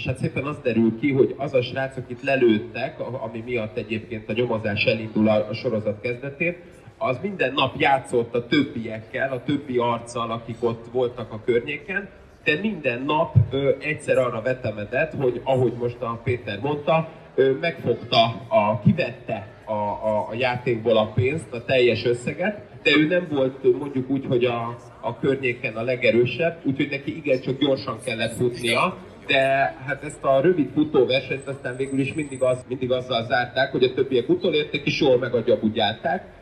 és hát szépen az derül ki, hogy az a srác, akit lelőttek, ami miatt egyébként a nyomozás elindul a sorozat kezdetén, az minden nap játszott a többiekkel, a többi arccal, akik ott voltak a környéken, de minden nap egyszer arra vetemedett, hogy ahogy most a Péter mondta, megfogta, kivette a játékból a pénzt, a teljes összeget, de ő nem volt mondjuk úgy, hogy a környéken a legerősebb, úgyhogy neki igencsak gyorsan kellett futnia, de hát ezt a rövid futóversenyt aztán végül is mindig azzal zárták, hogy a többiek utolértek, és jól megagyabudjálták.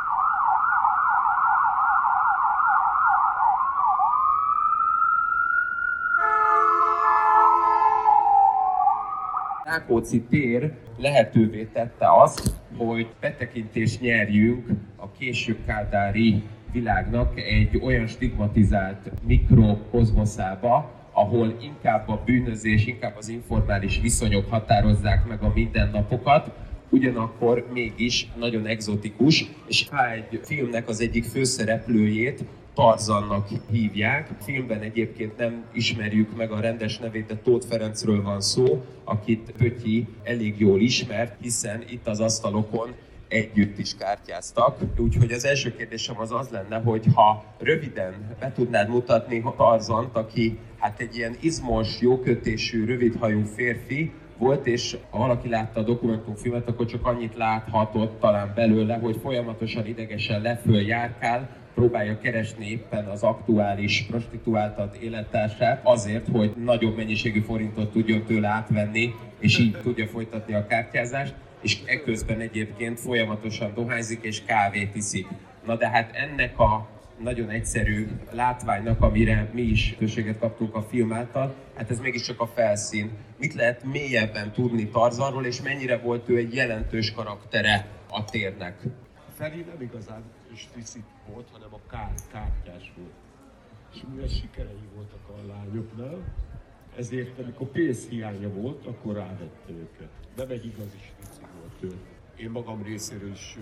Rákóczi tér lehetővé tette azt, hogy betekintést nyerjünk a késő kádári világnak egy olyan stigmatizált mikrokozmoszába, ahol inkább a bűnözés, inkább az informális viszonyok határozzák meg a mindennapokat, ugyanakkor mégis nagyon egzotikus, és egy filmnek az egyik főszereplőjét Tarzannak hívják. A filmben egyébként nem ismerjük meg a rendes nevét, de Tóth Ferencről van szó, akit Pöttyi elég jól ismert, hiszen itt az asztalokon együtt is kártyáztak. Úgyhogy az első kérdésem az lenne, hogy ha röviden be tudnád mutatni Tarzant, aki hát egy ilyen izmos, jókötésű, rövidhajú férfi volt, és ha valaki látta a dokumentumfilmet, akkor csak annyit láthatott talán belőle, hogy folyamatosan idegesen leföl járkál, próbálja keresni éppen az aktuális prostituáltat élettársát azért, hogy nagyobb mennyiségű forintot tudjon tőle átvenni, és így tudja folytatni a kártyázást, és ekközben egyébként folyamatosan dohányzik és kávét iszik. Na de hát ennek a nagyon egyszerű látványnak, amire mi is lehetőséget kaptunk a film által, hát ez mégiscsak a felszín. Mit lehet mélyebben tudni Tarzanról, és mennyire volt ő egy jelentős karaktere a térnek? Feri nem igazán stricit volt, hanem a kártyás volt. És mivel sikerei voltak a lányoknál, ezért amikor pénzhiánya volt, akkor rávette őket. Nem egy igazi strici volt ő. Én magam részéről is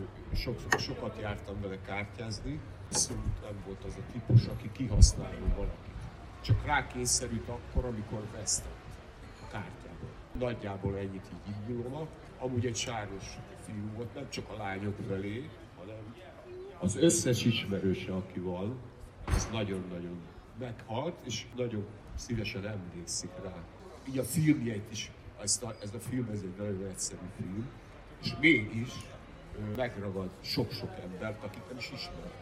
sokat jártam vele kártyázni, viszont nem volt az a típus, aki kihasználja valakit. Csak rákényszerült akkor, amikor vesztett a kártyából. Nagyjából ennyit így indulva. Amúgy egy sáros fiú volt, nem csak a lányok felé, hanem az összes ismerőse, aki van, az nagyon-nagyon meghalt, és nagyon szívesen emlékszik rá. Így a filmjeit is, ez a film ez egy nagyon egyszerű film, és mégis megragad sok-sok embert, akik nem is ismertek.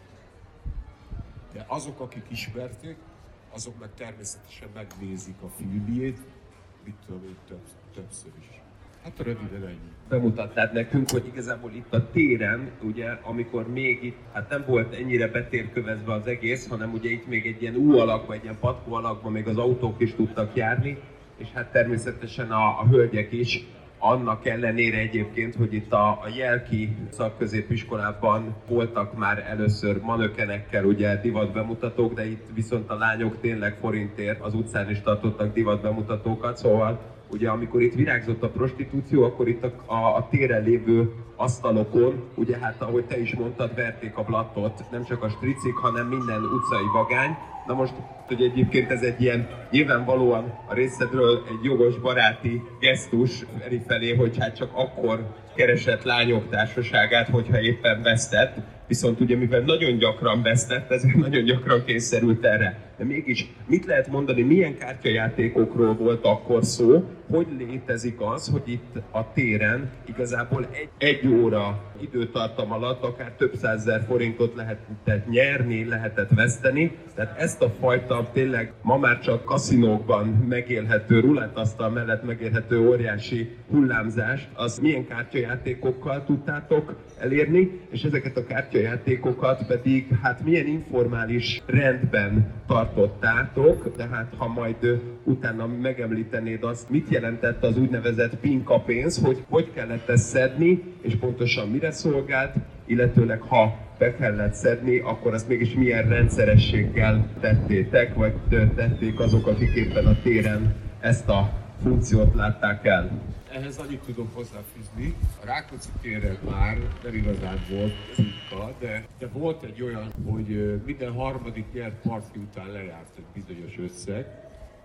De azok, akik ismerték, azok meg természetesen megnézik a filmjét, mit tudom én, többször is. Hát röviden ennyi. Bemutatnád nekünk, hogy igazából itt a téren, ugye, amikor még itt, hát nem volt ennyire betérkövezve az egész, hanem ugye itt még egy ilyen U alakban, egy ilyen patkó alakban még az autók is tudtak járni, és hát természetesen a hölgyek is, annak ellenére egyébként, hogy itt a Jelki szakközépiskolában voltak már először manökenekkel ugye divatbemutatók, de itt viszont a lányok tényleg forintért az utcán is tartottak divatbemutatókat, szóval ugye amikor itt virágzott a prostitúció, akkor itt a téren lévő asztalokon, ugye hát ahogy te is mondtad, verték a blattot, nem csak a stricik, hanem minden utcai vagány. Na most, hogy egyébként ez egy ilyen nyilvánvalóan a részedről egy jogos baráti gesztus Feri felé, hogy hát csak akkor keresett lányok társaságát, hogyha éppen vesztett. Viszont ugye mivel nagyon gyakran vesztett, ezért nagyon gyakran kényszerült erre. De mégis mit lehet mondani, milyen kártyajátékokról volt akkor szó, hogy létezik az, hogy itt a téren igazából egy óra időtartam alatt akár több százezer forintot lehetett nyerni, lehetett veszteni. Tehát ezt a fajta tényleg ma már csak kaszinókban megélhető, rulettasztal mellett megélhető óriási hullámzást, az milyen kártyajátékokkal tudtátok elérni, és ezeket a kártyajátékokat pedig hát milyen informális rendben tartottátok, tehát ha majd utána megemlítenéd azt, mit jelentett az úgynevezett pinka pénz, hogy kellett ezt szedni, és pontosan mire szolgált, illetőleg ha be kellett szedni, akkor azt mégis milyen rendszerességgel tettétek, vagy tették azok, akik éppen a téren ezt a funkciót látták el. Ehhez annyit tudok hozzáfűzni. A Rákóczi téren már nem igazán volt pinka, de volt egy olyan, hogy minden harmadik nyert parti után lejárt egy bizonyos összeg,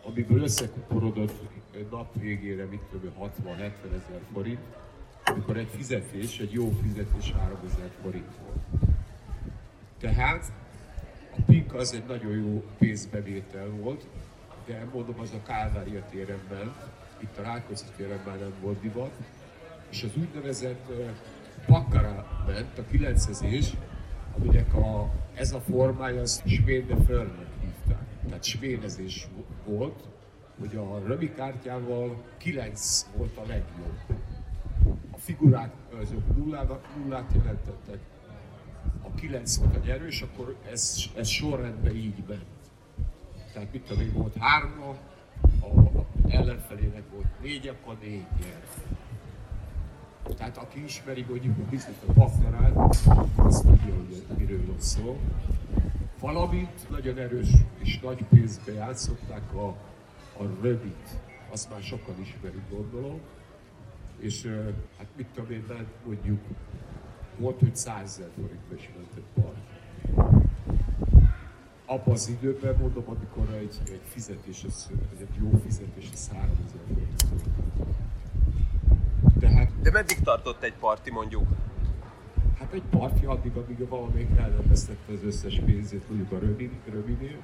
amiből összekuporodott nap végére, mit tudom, 60-70 ezer forint, amikor egy fizetés, egy jó fizetés 3000 forint volt. Tehát a PIK az egy nagyon jó pénzbevétel volt, de mondom, az a Kálvária téren ment, itt a Rákóczi téren már nem volt divat, és az úgynevezett Baccarat ment, a 9-ezés, aminek ez a formája, az Schwede Förnek hívták. Tehát svédezés volt, hogy a römi kártyával 9 volt a legjobb. A figurák azok nullát jelentettek, a 9 volt a nyerő, és akkor ez sorrendben így ment. Tehát mit tudom én, volt 3, a ellenfelének volt 4, akkor 4 nyert. Tehát aki ismeri mondjuk a Baccarát, azt tudja, hogy miről van szó. Valamint nagyon erős és nagy pénzbe játszották a römit. Azt már sokan ismerik, gondolom. És hát mit tudom én, mondjuk volt, hogy 100 000 forintba is ment egy part. Abban az időben, mondom, amikor egy fizetés, egy jó fizetés, az 3000 forint. De meddig tartott egy parti mondjuk? Hát egy parti addig, amíg valamelyik el nem vesztette az összes pénzét, mondjuk a röminél,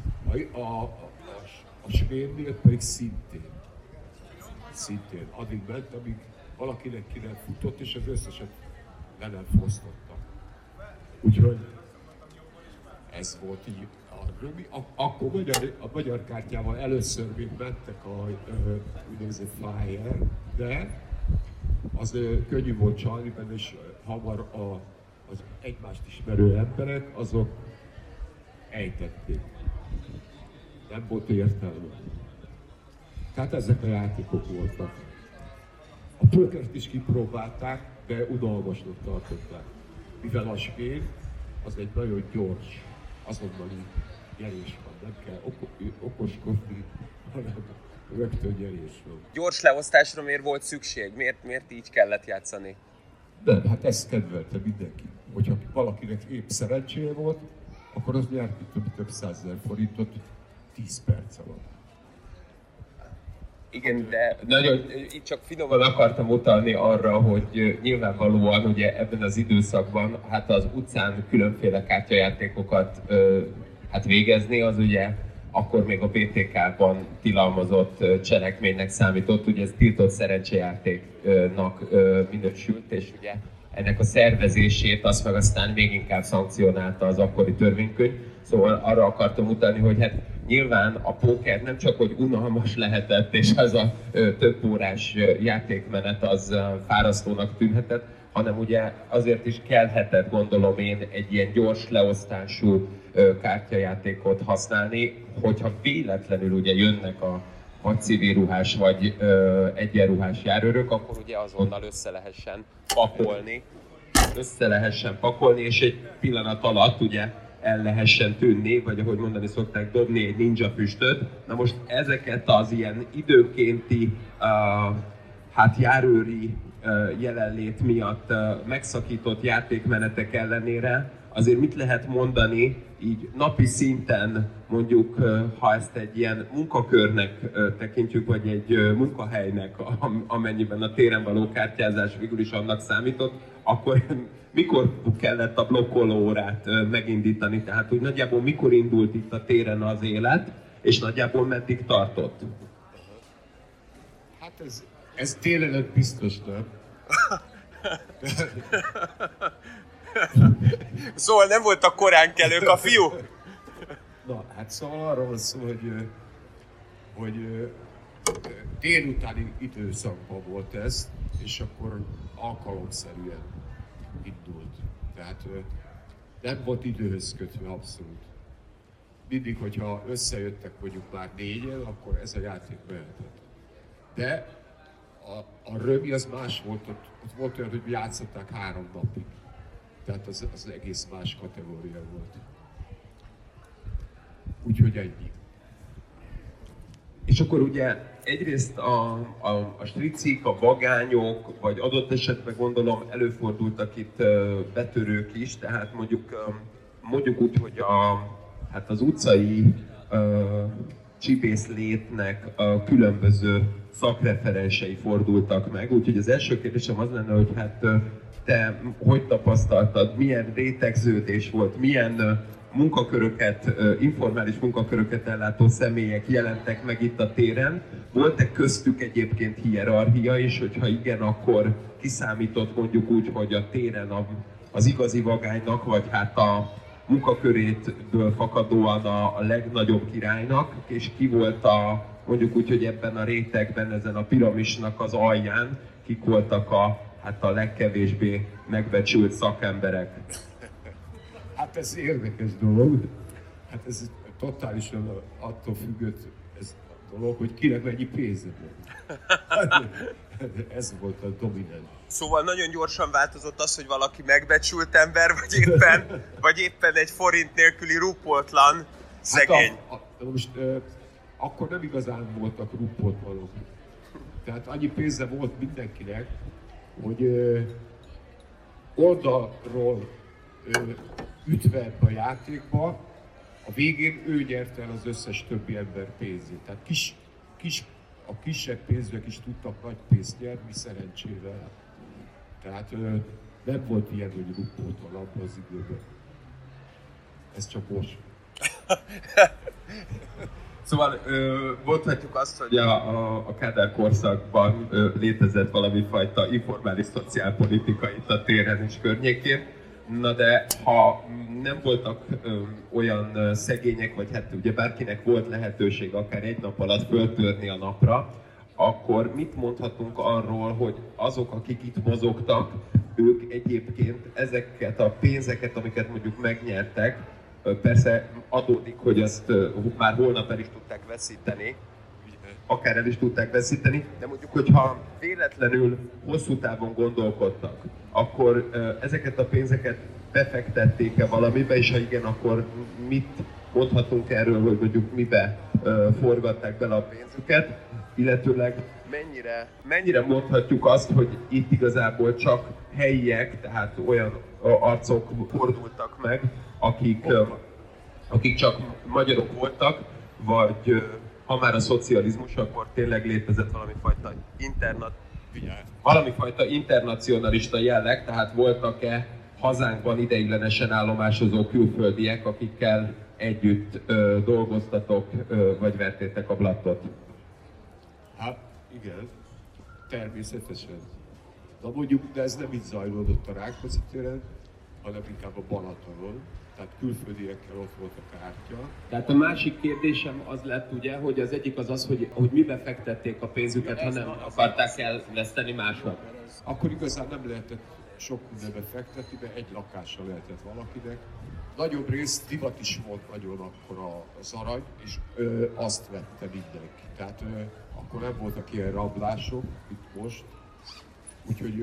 a svédnél pedig szintén. Addig ment, amíg valakinek ki nem futott, és az összeset le nem fosztottak. Úgyhogy ez volt így a römi. Akkor a magyar kártyával először még mentek a úgynevezett flyer, de az könnyű volt csalni benne, és hamar az egymást ismerő emberek, azok ejtették. Nem volt értelme. Tehát ezek a játékok voltak. A pókert is kipróbálták, de unalmasnak tartották. Mivel a svéd az egy nagyon gyors, azonnali nyerés van. Nem kell okoskodni, hanem rögtön nyerés van. Gyors leosztásra miért volt szükség? Miért így kellett játszani? Nem, hát ezt kedvelte mindenki. Hogyha valakinek épp szerencséje volt, akkor az nyert több 100 000 forintot 10 perc alatt. Igen, de nagyon, itt csak finoman akartam utalni arra, hogy nyilvánvalóan ugye ebben az időszakban hát az utcán különféle kártyajátékokat hát végezni, az ugye akkor még a BTK-ban tilalmazott cselekménynek számított, ugye ez tiltott szerencsejátéknak minősült, és ugye ennek a szervezését azt meg aztán még inkább szankcionálta az akkori törvénykönyv. Szóval arra akartam utalni, hogy hát nyilván a póker nem csak hogy unalmas lehetett, és az a több órás játékmenet az fárasztónak tűnhetett, hanem ugye azért is kellhetett, gondolom én, egy ilyen gyors leosztású kártyajátékot használni, hogyha véletlenül ugye jönnek a vagy civilruhás, vagy egyenruhás járőrök, akkor ugye azonnal össze lehessen pakolni, és egy pillanat alatt ugye el lehessen tűnni, vagy ahogy mondani szokták, dobni egy ninja füstöt. Na most ezeket az ilyen időnkénti hát járőri jelenlét miatt megszakított játékmenetek ellenére azért mit lehet mondani így napi szinten, mondjuk ha ezt egy ilyen munkakörnek tekintjük, vagy egy munkahelynek, amennyiben a téren való kártyázás végül is annak számított, akkor mikor kellett a blokkoló órát megindítani? Tehát, hogy nagyjából mikor indult itt a téren az élet, és nagyjából meddig tartott? Hát ez télen biztos nem. Szóval nem voltak korán kelők a fiú? Na, hát szóval arról van szó, hogy délutáni időszakban volt ez, és akkor alkalomszerűen indult. Tehát nem volt időhöz kötve abszolút. Mindig, hogyha összejöttek mondjuk már 4-en, akkor ez a játék mehetett. De a römi az más volt, ott volt olyan, hogy játszották 3 napig. Tehát az egész más kategória volt. Úgyhogy ennyi. És akkor ugye egyrészt a stricik, a vagányok, vagy adott esetben gondolom előfordultak itt betörők is, tehát mondjuk úgy, hogy hát az utcai csibészlétnek a különböző szakreferensei fordultak meg. Úgyhogy az első kérdésem az lenne, hogy hát te hogy tapasztaltad, milyen rétegződés volt, milyen munkaköröket, informális munkaköröket ellátó személyek jelentek meg itt a téren. Volt-e köztük egyébként hierarchia is, hogyha igen, akkor kiszámított mondjuk úgy, hogy a téren az igazi vagánynak, vagy hát a munkakörétből fakadóan a legnagyobb királynak, és ki volt mondjuk úgy, hogy ebben a rétegben, ezen a piramisnak az alján, kik voltak a legkevésbé megbecsült szakemberek? Hát ez érdekes dolog. Hát ez totálisan attól függött ez a dolog, hogy kinek mennyi pénze volt. Ez volt a domináns. Szóval nagyon gyorsan változott az, hogy valaki megbecsült ember, vagy éppen egy forint nélküli rúpoltlan szegény. Hát most akkor nem igazán voltak rúpoltlanok. Tehát annyi pénze volt mindenkinek, hogy oldalról ütve ebbe a játékba, a végén ő nyerte el az összes többi ember pénzét. Tehát a kisebb pénzűek is tudtak nagy pénzt nyerni szerencsével. Tehát nem volt ilyen, hogy rúgpótlan abban az időben. Ez csak most. Szóval mondhatjuk azt, hogy a Kádár korszakban létezett valami fajta informális szociálpolitika itt a téren és környékén. Na de ha nem voltak olyan szegények, vagy hát ugye bárkinek volt lehetőség akár egy nap alatt föltörni a napra, akkor mit mondhatunk arról, hogy azok, akik itt mozogtak, ők egyébként ezeket a pénzeket, amiket mondjuk megnyertek, persze adódik, hogy azt már holnap el is tudták veszíteni, akár el is tudták veszíteni, de mondjuk, hogyha véletlenül hosszú távon gondolkodtak, akkor ezeket a pénzeket befektették-e valamibe, és ha igen, akkor mit mondhatunk erről, hogy mondjuk mibe forgatták bele a pénzüket, illetőleg mennyire mondhatjuk azt, hogy itt igazából csak helyiek, tehát olyan arcok fordultak meg, akik csak magyarok voltak, vagy ha már a szocializmus, akkor tényleg létezett valami fajta internacionalista jelleg, tehát voltak-e hazánkban ideiglenesen állomásozó külföldiek, akikkel együtt dolgoztatok, vagy vertétek a blattot? Hát igen, természetesen. De ez nem így zajlódott a Rákóczi téren, hanem inkább a Balatonon. Tehát külföldiekkel ott volt a kártya. Tehát a másik kérdésem az lett ugye, hogy az egyik az, hogy mibe fektették a pénzüket, ha nem akarták elveszteni máshol. Akkor igazán nem lehetett sok mindenbe fektetni, de egy lakásra lehetett valakinek. Nagyobb rész divat is volt nagyon akkor az arany, és azt vette mindenki. Tehát akkor nem voltak ilyen rablások, mint most. Úgyhogy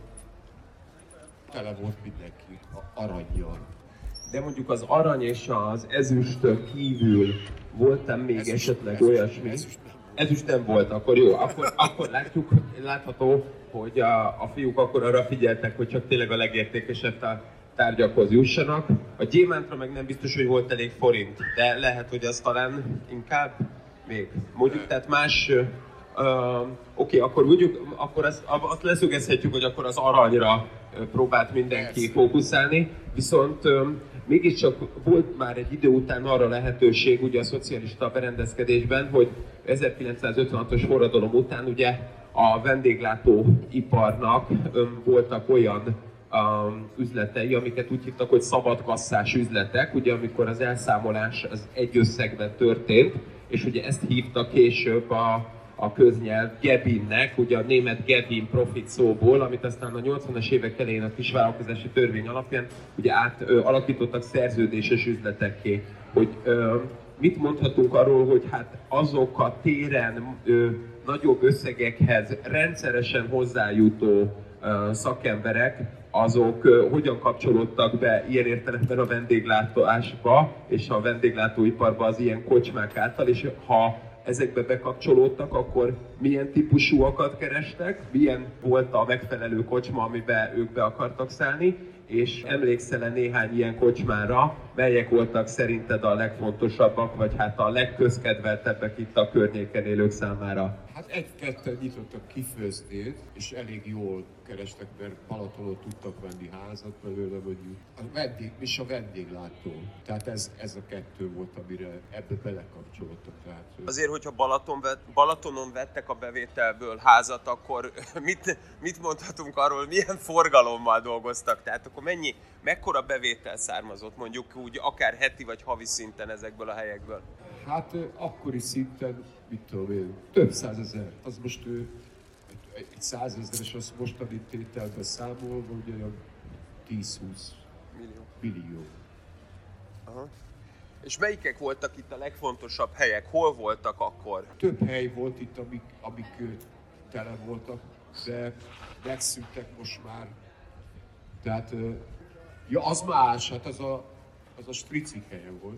tele volt mindenki arannyal. De mondjuk az arany és az ezüstön kívül volt-e még esetleg olyasmi? Ezüst nem volt, akkor jó. Akkor látható, hogy a fiúk akkor arra figyeltek, hogy csak tényleg a legértékesebb tárgyakhoz jussanak. A gyémántra meg nem biztos, hogy volt elég forint, de lehet, hogy az talán inkább még. Mondjuk, tehát más... Oké, akkor mondjuk, akkor azt leszögezhetjük, hogy akkor az aranyra próbált mindenki fókuszálni, viszont mégiscsak volt már egy idő után arra lehetőség ugye a szocialista berendezkedésben, hogy 1956-os forradalom után ugye a vendéglátóiparnak voltak olyan üzletei, amiket úgy hívtak, hogy szabadkasszás üzletek, ugye amikor az elszámolás az egy összegben történt, és ugye ezt hívta később a köznyelv Gebinnek, ugye a német Gebin profit szóból, amit aztán a 80-as évek elején a kisvállalkozási törvény alapján ugye átalakítottak szerződéses üzletekké. Hogy mit mondhatunk arról, hogy hát azok a téren nagyobb összegekhez rendszeresen hozzájutó szakemberek, azok hogyan kapcsolódtak be ilyen értelemben a vendéglátásba és a vendéglátóiparba az ilyen kocsmák által, és ha ezekbe bekapcsolódtak, akkor milyen típusúakat kerestek, milyen volt a megfelelő kocsma, amiben ők be akartak szállni, és emlékszel-e néhány ilyen kocsmára, melyek voltak szerinted a legfontosabbak, vagy hát a legközkedveltebbek itt a környéken élők számára? Hát egy-ketten nyitottak kifőzdét, és elég jól kerestek, mert Balatonon tudtak venni házat belőle, mondjuk. A vendéglátó. Tehát ez a kettő volt, amire ebbe belekapcsolódtak. Tehát, azért, hogyha Balatonon vettek a bevételből házat, akkor mit mondhatunk arról, milyen forgalommal dolgoztak? Tehát akkor mekkora bevétel származott mondjuk úgy akár heti vagy havi szinten ezekből a helyekből? Hát akkori szinten, mit tudom én, több százezer. Az most egy 100 000-es, az mostani tételben számolva, ugye olyan 10-20 millió. Aha. És melyikek voltak itt a legfontosabb helyek? Hol voltak akkor? Több hely volt itt, amik tele voltak, de megszűntek most már. Tehát, ja, az más, hát az a stricik helyen volt.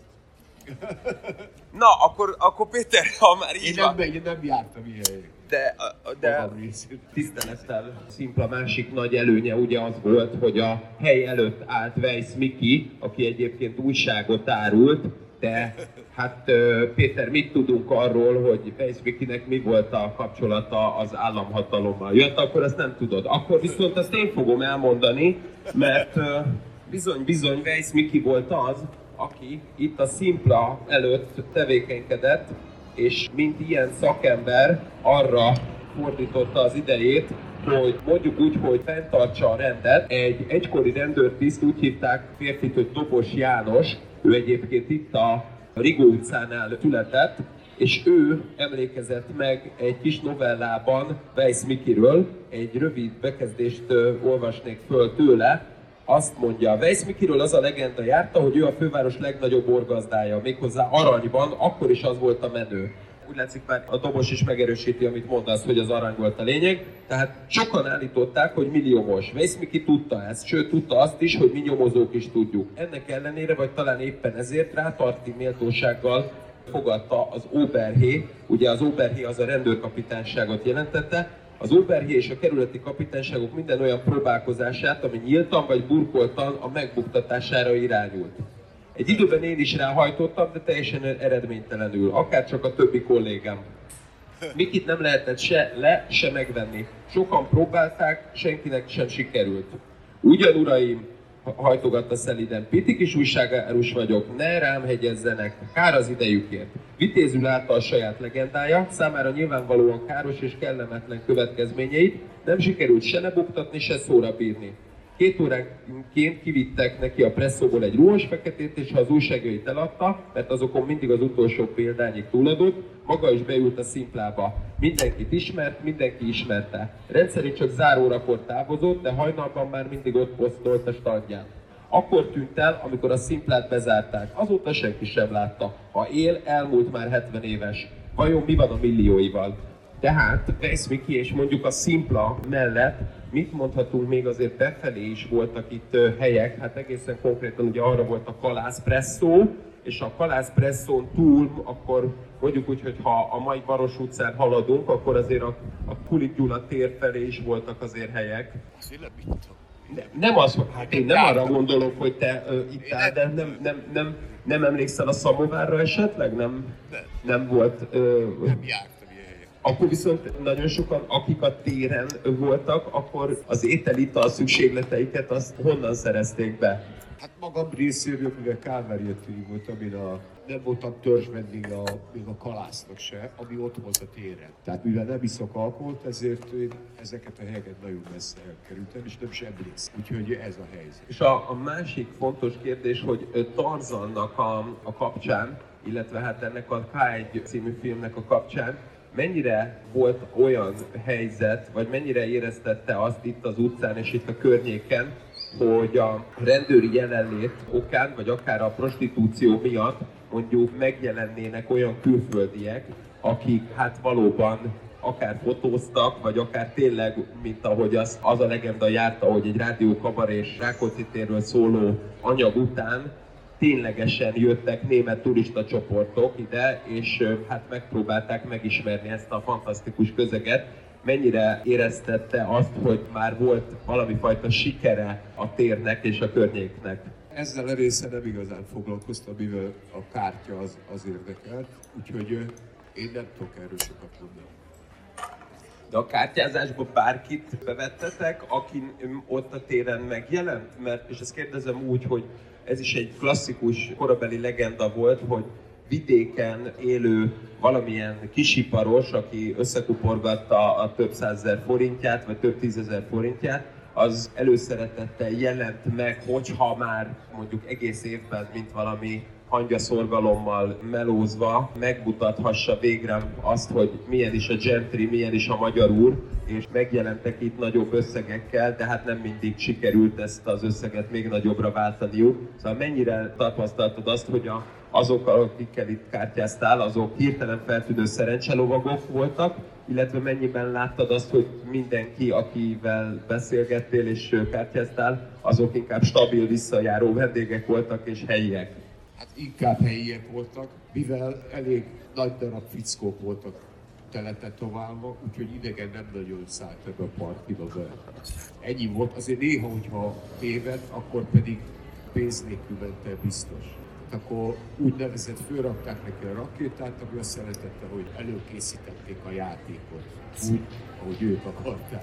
Na, akkor Péter, ha már így van... Én nem jártam ilyen helyek. De tisztelettel Szimpla másik nagy előnye ugye az volt, hogy a hely előtt állt Weiss Miki, aki egyébként újságot árult, de hát Péter, mit tudunk arról, hogy Weiss Mikinek mi volt a kapcsolata az államhatalommal? Jött, akkor azt nem tudod. Akkor viszont azt én fogom elmondani, mert bizony Weiss Miki volt az, aki itt a Szimpla előtt tevékenykedett, és mint ilyen szakember arra fordította az idejét, hogy mondjuk úgy, hogy fenntartsa a rendet. Egy egykori rendőrtiszt, úgy hívták férfit, hogy Dobos János, ő egyébként itt a Rigó utcánál született, és ő emlékezett meg egy kis novellában Weiss Mikiről, egy rövid bekezdést olvasnék föl tőle. Azt mondja, Weiss Mikiről az a legenda járta, hogy ő a főváros legnagyobb borgazdája, méghozzá aranyban, akkor is az volt a menő. Úgy látszik, már a Dobos is megerősíti, amit mondasz, hogy az arany volt a lényeg. Tehát sokan állították, hogy mi nyomos. Weiss Miki tudta ezt, sőt tudta azt is, hogy mi nyomozók is tudjuk. Ennek ellenére, vagy talán éppen ezért rátarti méltósággal fogadta az Oberhé, ugye az Oberhé az a rendőrkapitányságot jelentette, az Oberhé és a kerületi kapitányságok minden olyan próbálkozását, ami nyíltan vagy burkoltan a megbuktatására irányult. Egy időben én is ráhajtottam, de teljesen eredménytelenül, akárcsak a többi kollégám. Mikit nem lehetett se le, se megvenni. Sokan próbálták, senkinek sem sikerült. Ugyan uraim, hajtogatta szeliden, pici kis újságárus vagyok, ne rám hegyezzenek, kár az idejükért. Vitézül látta a saját legendája, számára nyilvánvalóan káros és kellemetlen következményeit, nem sikerült se lebuktatni, se szóra bírni. 2 óránként kivittek neki a presszóból egy ruhos feketét, és ha az újságjait eladta, mert azokon mindig az utolsó példányig túladott, maga is beült a Szimplába. Mindenkit ismert, mindenki ismerte. Rendszerint csak zárórakor távozott, de hajnalban már mindig ott posztolt a standján. Akkor tűnt el, amikor a Szimplát bezárták. Azóta senki sem látta. Ha él, elmúlt már 70 éves. Vajon mi van a millióival? Tehát Weiss Miki és mondjuk a Szimpla mellett mit mondhatunk, még azért befelé is voltak itt helyek, hát egészen konkrétan ugye arra volt a Kalász Presszó, és a Kalász Presszón túl, akkor mondjuk úgy, hogy ha a mai Baros utcán haladunk, akkor azért a Kulik Gyula tér felé is voltak azért helyek. Azért nem ittam. Nem az, hogy hát én nem arra gondolok, hogy te itt áll, de nem emlékszel a szamovárra esetleg? Nem volt... Nem jártam ilyen helyen. Akkor viszont nagyon sokan, akik a téren voltak, akkor az étel-ital szükségleteiket azt honnan szerezték be? Hát magam részéről, mivel Kálváriatúi volt, amin nem voltam törzsvendég még a Kalásznak se, ami ott volt a téren. Tehát mivel nem iszok alkoholt, ezért én ezeket a helyeket nagyon messze elkerültem, és nem is emlékszem. Úgyhogy ez a helyzet. És a másik fontos kérdés, hogy Tarzannak a kapcsán, illetve hát ennek a K1 című filmnek a kapcsán, mennyire volt olyan helyzet, vagy mennyire éreztette azt itt az utcán és itt a környéken, hogy a rendőri jelenlét okán, vagy akár a prostitúció miatt mondjuk megjelennének olyan külföldiek, akik hát valóban akár fotóztak, vagy akár tényleg, mint ahogy az a legenda járta, hogy egy rádió kabarés Rákóczi térről szóló anyag után ténylegesen jöttek német turista csoportok ide, és hát megpróbálták megismerni ezt a fantasztikus közeget. mennyire éreztette azt, hogy már volt valami fajta sikere a térnek és a környéknek? Ezzel a része nem igazán foglalkoztam, mivel a kártya az érdekelt, úgyhogy én nem tudok erről sokat mondani. De a kártyázásba bárkit bevettetek, aki ott a téren megjelent? Mert, és ezt kérdezem úgy, hogy ez is egy klasszikus korabeli legenda volt, hogy vidéken élő valamilyen kisiparos, aki összekuporgatta a több százezer forintját, vagy több tízezer forintját, az előszeretettel jelent meg, hogyha már mondjuk egész évben, mint valami hangyaszorgalommal melózva megmutathassa végre azt, hogy milyen is a gentry, milyen is a magyar úr, és megjelentek itt nagyobb összegekkel, de hát nem mindig sikerült ezt az összeget még nagyobbra váltaniuk. Szóval mennyire tapasztaltad azt, hogy azok, akikkel itt kártyáztál, azok hirtelen feltűnő szerencselovagok voltak, illetve mennyiben láttad azt, hogy mindenki, akivel beszélgettél és kártyáztál, azok inkább stabil, visszajáró vendégek voltak és helyiek? Hát inkább helyiek voltak, mivel elég nagy darab fickók voltak teletetoválva, úgyhogy idegen nem nagyon szállt ebbe a partiba be. Ennyi volt, azért néha, hogyha tévedt, akkor pedig pénz nélkül ment el biztos. Akkor úgynevezett fölrakták neki a rakétát, ami azt jelentette, hogy előkészítették a játékot, úgy, ahogy ők akarták.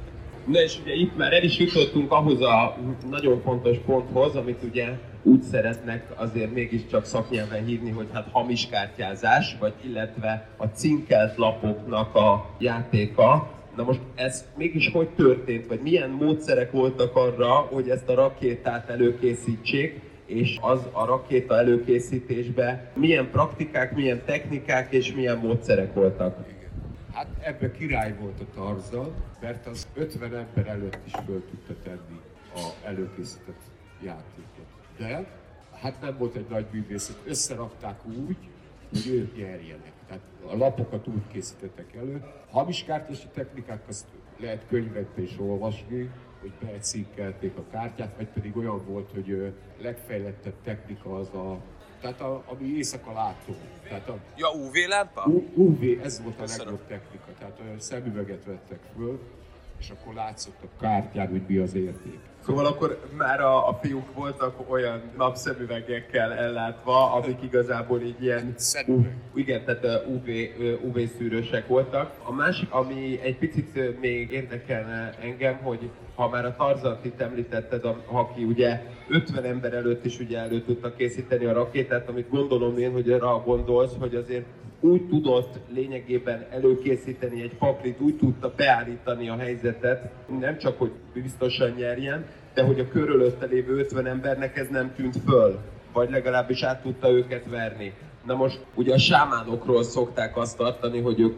Na és ugye itt már el is jutottunk ahhoz a nagyon fontos ponthoz, amit ugye úgy szeretnek azért mégiscsak szaknyelven hívni, hogy hát hamis kártyázás, vagy illetve a cinkelt lapoknak a játéka. Na most ez mégis hogy történt, vagy milyen módszerek voltak arra, hogy ezt a rakétát előkészítsék, és az a rakéta előkészítésben milyen praktikák, milyen technikák és milyen módszerek voltak? Hát ebbe király volt a Tarzan, mert az 50 ember előtt is föl tudta tenni az előkészített játékot. De hát nem volt egy nagy művészet, összerakták úgy, hogy ők nyerjenek. Tehát a lapokat úgy készítettek elő. Hamiskártyási technikák azt lehet könyvekbe is olvasni, hogy becinkelték a kártyát, vagy pedig olyan volt, hogy legfejlettebb technika az tehát ami éjszaka látó. Tehát ja, UV-lámpa? UV, ez volt a legjobb technika. Tehát szemüveget vettek föl, és akkor látszott a kártyán, hogy mi az érték. Szóval akkor már a fiúk voltak olyan napszemüvegekkel ellátva, amik igazából így ilyen igen, tehát UV-szűrősek voltak. A másik, ami egy picit még érdekelne engem, hogy ha már a Tarzant itt említetted, aki ugye 50 ember előtt is ugye elő tudta készíteni a rakétát, amit gondolom én, hogy arra gondolsz, hogy azért úgy tudott lényegében előkészíteni egy paklit, úgy tudta beállítani a helyzetet, nem csak, hogy biztosan nyerjen, de hogy a körülötte lévő 50 embernek ez nem tűnt föl, vagy legalábbis át tudta őket verni. Na most ugye a sámánokról szokták azt tartani, hogy ők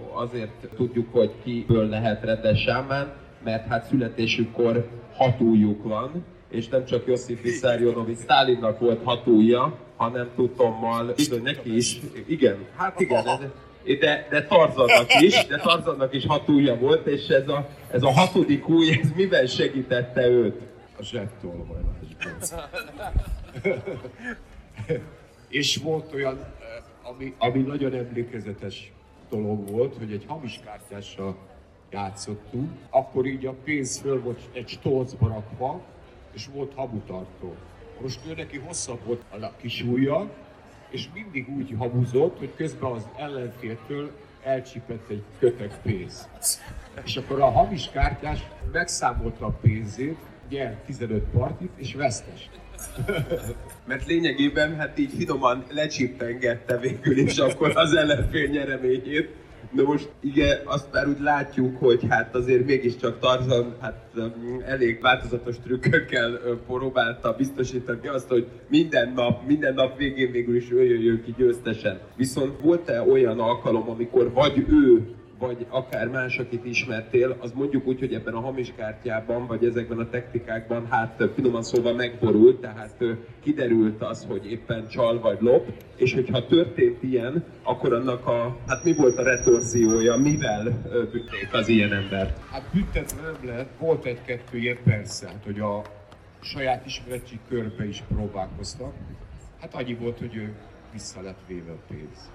azért tudjuk, hogy kiből lehet rendes sámán, mert hát születésükkor 6 ujjuk van, és nem csak Josif Vissarionovics Sztálinnak volt 6 ujja, hanem tudtommal, bizony neki is, igen, hát igen, de Tarzannak is 6 ujja volt, és ez a 6. ujj, ez miben segítette őt? A zsebtolvajlásban. És volt olyan, ami nagyon emlékezetes dolog volt, hogy egy hamis kártyással játszottunk, akkor így a pénz föl volt egy stolcba rakva, és volt hamutartó. Most ő neki hosszabb volt a kis ujja, és mindig úgy hamuzott, hogy közben az ellenféltől elcsípett egy köteg pénz. És akkor a hamis kártyás megszámolta a pénzét, nyert 15 partit, és vesztest. Mert lényegében hát így finoman lecsippengette végül is akkor az ellenfél nyereményét. De most igen, azt már úgy látjuk, hogy hát azért mégiscsak Tarzan hát elég változatos trükkökkel próbálta biztosítani azt, hogy minden nap végén végül is ő jöjjön ki győztesen. Viszont volt-e olyan alkalom, amikor vagy ő, vagy akár más, akit ismertél, az mondjuk úgy, hogy ebben a hamis kártyában, vagy ezekben a technikákban, hát finoman szóval megborult, tehát kiderült az, hogy éppen csal vagy lop, és hogyha történt ilyen, akkor annak hát mi volt a retorziója, mivel büntették az ilyen embert? Hát büntetve nem lehet, volt egy-kettő ilyen persze, hát hogy a saját ismerettség körbe is próbálkoztak. Hát annyi volt, hogy ő vissza lett véve a pénz.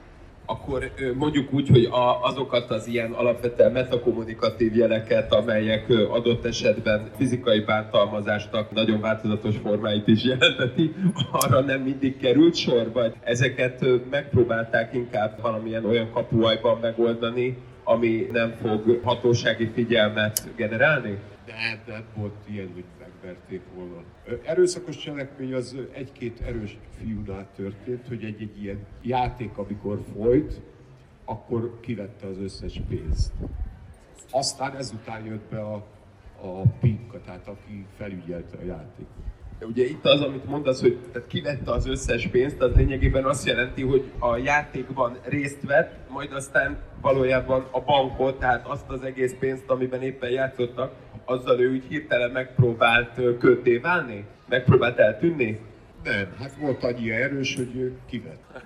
Akkor mondjuk úgy, hogy azokat az ilyen alapvetően metakommunikatív jeleket, amelyek adott esetben fizikai bántalmazásnak nagyon változatos formáit is jelenteti, arra nem mindig került sor, vagy ezeket megpróbálták inkább valamilyen olyan kapuajban megoldani, ami nem fog hatósági figyelmet generálni? Nem volt ilyen, hogy megverték volna. Erőszakos cselekmény az egy-két erős fiúnál történt, hogy egy ilyen játék, amikor folyt, akkor kivette az összes pénzt. Aztán ezután jött be a Pinka, tehát aki felügyelte a játékot. Ugye itt az, amit mondasz, hogy tehát kivette az összes pénzt, az lényegében azt jelenti, hogy a játékban részt vett, majd aztán valójában a bankot, tehát azt az egész pénzt, amiben éppen játszottak, azzal ő úgy hirtelen megpróbált kötté válni? Megpróbált eltűnni? Nem, hát volt annyira erős, hogy ő kivett.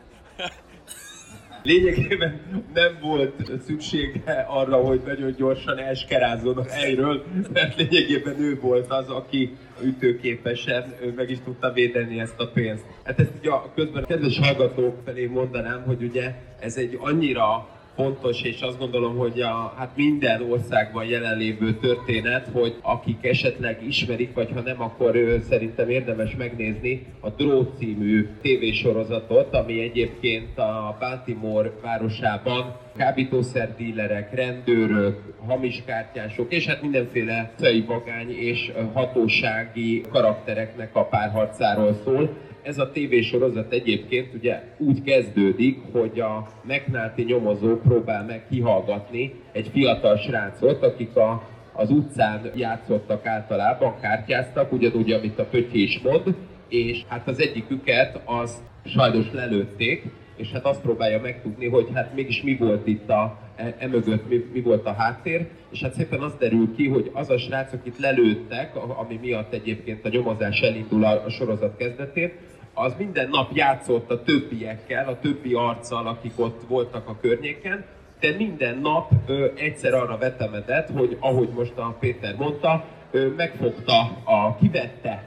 Lényegében nem volt szüksége arra, hogy nagyon gyorsan elskerázzon a helyről, mert lényegében ő volt az, aki ütőképesen meg is tudta védeni ezt a pénzt. Hát ezt ugye közben a kedves hallgatók felé mondanám, hogy ugye ez egy annyira fontos, és azt gondolom, hogy hát minden országban jelenlévő történet, hogy akik esetleg ismerik, vagy ha nem, akkor szerintem érdemes megnézni a Drót című tévésorozatot, ami egyébként a Baltimore városában kábítószerdílerek, rendőrök, hamis kártyások, és hát mindenféle vagány és hatósági karaktereknek a párharcáról szól. Ez a tévésorozat egyébként ugye úgy kezdődik, hogy a McNulty nyomozó próbál meg kihallgatni egy fiatal srácot, akik az utcán játszottak általában, kártyáztak, ugyanúgy, amit a Pötyi is mond, és hát az egyiküket az sajnos lelőtték, és hát azt próbálja megtudni, hogy hát mégis mi volt itt emögött, mi volt a háttér, és hát szépen az derül ki, hogy az a srác, akit lelőttek, ami miatt egyébként a nyomozás elindul a sorozat kezdetén, az minden nap játszott a többiekkel, a többi arccal, akik ott voltak a környéken, de minden nap egyszer arra vetemedett, hogy ahogy most a Péter mondta, megfogta, kivette